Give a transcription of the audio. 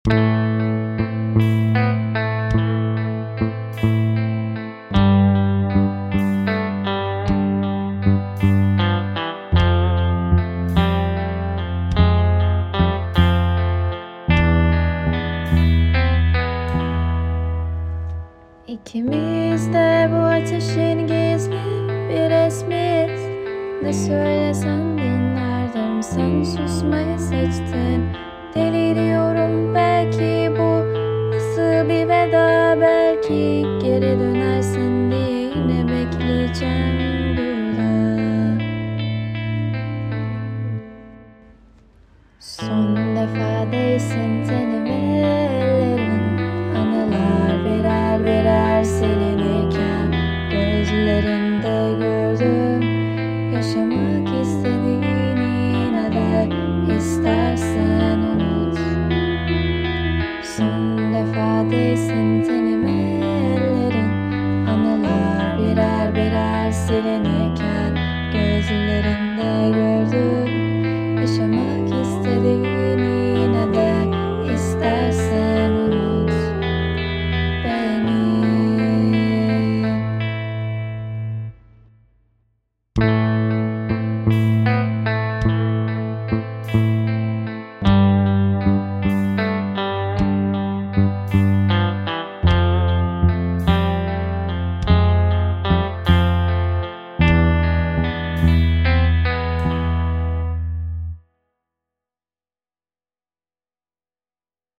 İkimiz de bu ateşin gizli bir resmiyiz. Ne söylesen dinlerdim, sen susmayı seçtin. Deliriyorum, belki bu nasıl bir veda. Belki geri dönersin diye yine bekleyeceğim burada. Son defa değsin tenime ellerin. Anılar birer birer silinirken gözlerinde gördüm. Yaşamak istediğini yine de istersen unut. Son defa değsin tenime ellerin. Anılar birer birer silinirken gözlerinde gördüm. Yaşamak istediğini yine de istersen unut beni.